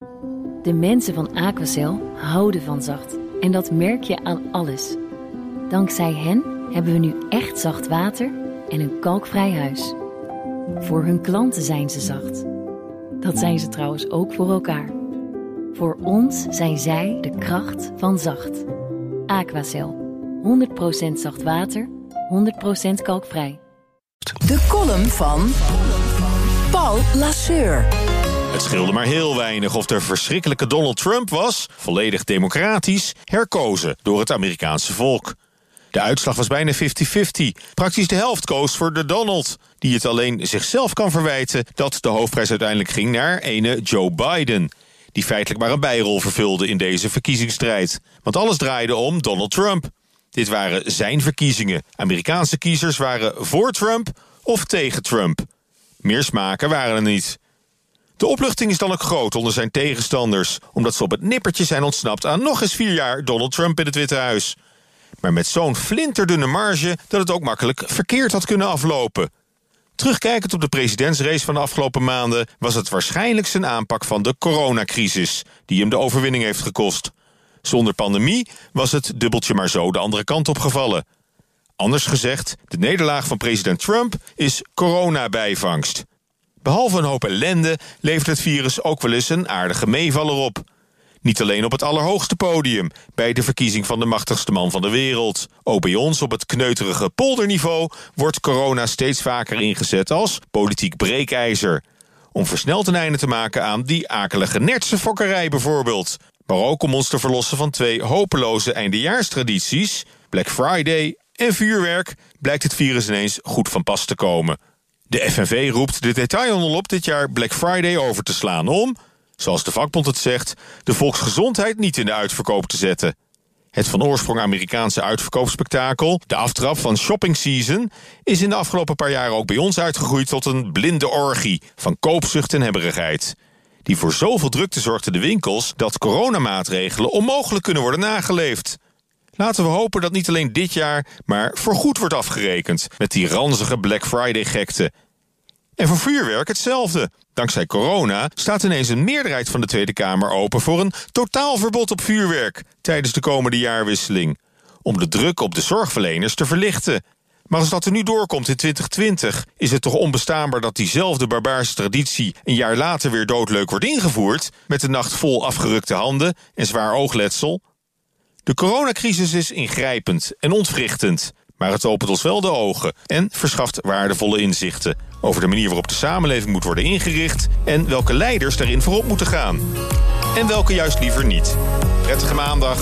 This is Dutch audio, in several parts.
De mensen van Aquacel houden van zacht. En dat merk je aan alles. Dankzij hen hebben we nu echt zacht water en een kalkvrij huis. Voor hun klanten zijn ze zacht. Dat zijn ze trouwens ook voor elkaar. Voor ons zijn zij de kracht van zacht. Aquacel. 100% zacht water, 100% kalkvrij. De column van Paul Lasseur. Het scheelde maar heel weinig of de verschrikkelijke Donald Trump was, volledig democratisch, herkozen door het Amerikaanse volk. De uitslag was bijna 50-50. Praktisch de helft koos voor de Donald, die het alleen zichzelf kan verwijten dat de hoofdprijs uiteindelijk ging naar ene Joe Biden, die feitelijk maar een bijrol vervulde in deze verkiezingsstrijd. Want alles draaide om Donald Trump. Dit waren zijn verkiezingen. Amerikaanse kiezers waren voor Trump of tegen Trump. Meer smaken waren er niet. De opluchting is dan ook groot onder zijn tegenstanders, omdat ze op het nippertje zijn ontsnapt aan nog eens 4 jaar Donald Trump in het Witte Huis. Maar met zo'n flinterdunne marge dat het ook makkelijk verkeerd had kunnen aflopen. Terugkijkend op de presidentsrace van de afgelopen maanden was het waarschijnlijk zijn aanpak van de coronacrisis die hem de overwinning heeft gekost. Zonder pandemie was het dubbeltje maar zo de andere kant op gevallen. Anders gezegd, de nederlaag van president Trump is coronabijvangst. Behalve een hoop ellende levert het virus ook wel eens een aardige meevaller op. Niet alleen op het allerhoogste podium, bij de verkiezing van de machtigste man van de wereld. Ook bij ons op het kneuterige polderniveau wordt corona steeds vaker ingezet als politiek breekijzer. Om versneld een einde te maken aan die akelige nertse fokkerij bijvoorbeeld. Maar ook om ons te verlossen van 2 hopeloze eindejaarstradities, Black Friday en vuurwerk, blijkt het virus ineens goed van pas te komen. De FNV roept de detailhandel op dit jaar Black Friday over te slaan om, zoals de vakbond het zegt, de volksgezondheid niet in de uitverkoop te zetten. Het van oorsprong Amerikaanse uitverkoopspektakel, de aftrap van shopping season, is in de afgelopen paar jaar ook bij ons uitgegroeid tot een blinde orgie van koopzucht en hebberigheid. Die voor zoveel drukte zorgden de winkels dat coronamaatregelen onmogelijk kunnen worden nageleefd. Laten we hopen dat niet alleen dit jaar, maar voorgoed wordt afgerekend met die ranzige Black Friday-gekte. En voor vuurwerk hetzelfde. Dankzij corona staat ineens een meerderheid van de Tweede Kamer open voor een totaalverbod op vuurwerk tijdens de komende jaarwisseling. Om de druk op de zorgverleners te verlichten. Maar als dat er nu doorkomt in 2020, is het toch onbestaanbaar dat diezelfde barbaarse traditie een jaar later weer doodleuk wordt ingevoerd, met een nacht vol afgerukte handen en zwaar oogletsel? De coronacrisis is ingrijpend en ontwrichtend, maar het opent ons wel de ogen en verschaft waardevolle inzichten over de manier waarop de samenleving moet worden ingericht en welke leiders daarin voorop moeten gaan. En welke juist liever niet. Prettige maandag.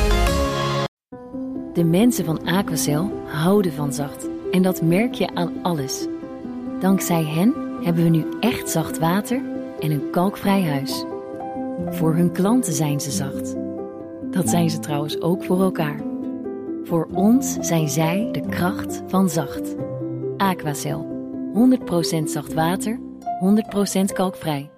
De mensen van Aquacel houden van zacht. En dat merk je aan alles. Dankzij hen hebben we nu echt zacht water en een kalkvrij huis. Voor hun klanten zijn ze zacht. Dat zijn ze trouwens ook voor elkaar. Voor ons zijn zij de kracht van zacht. Aquacel. 100% zacht water, 100% kalkvrij.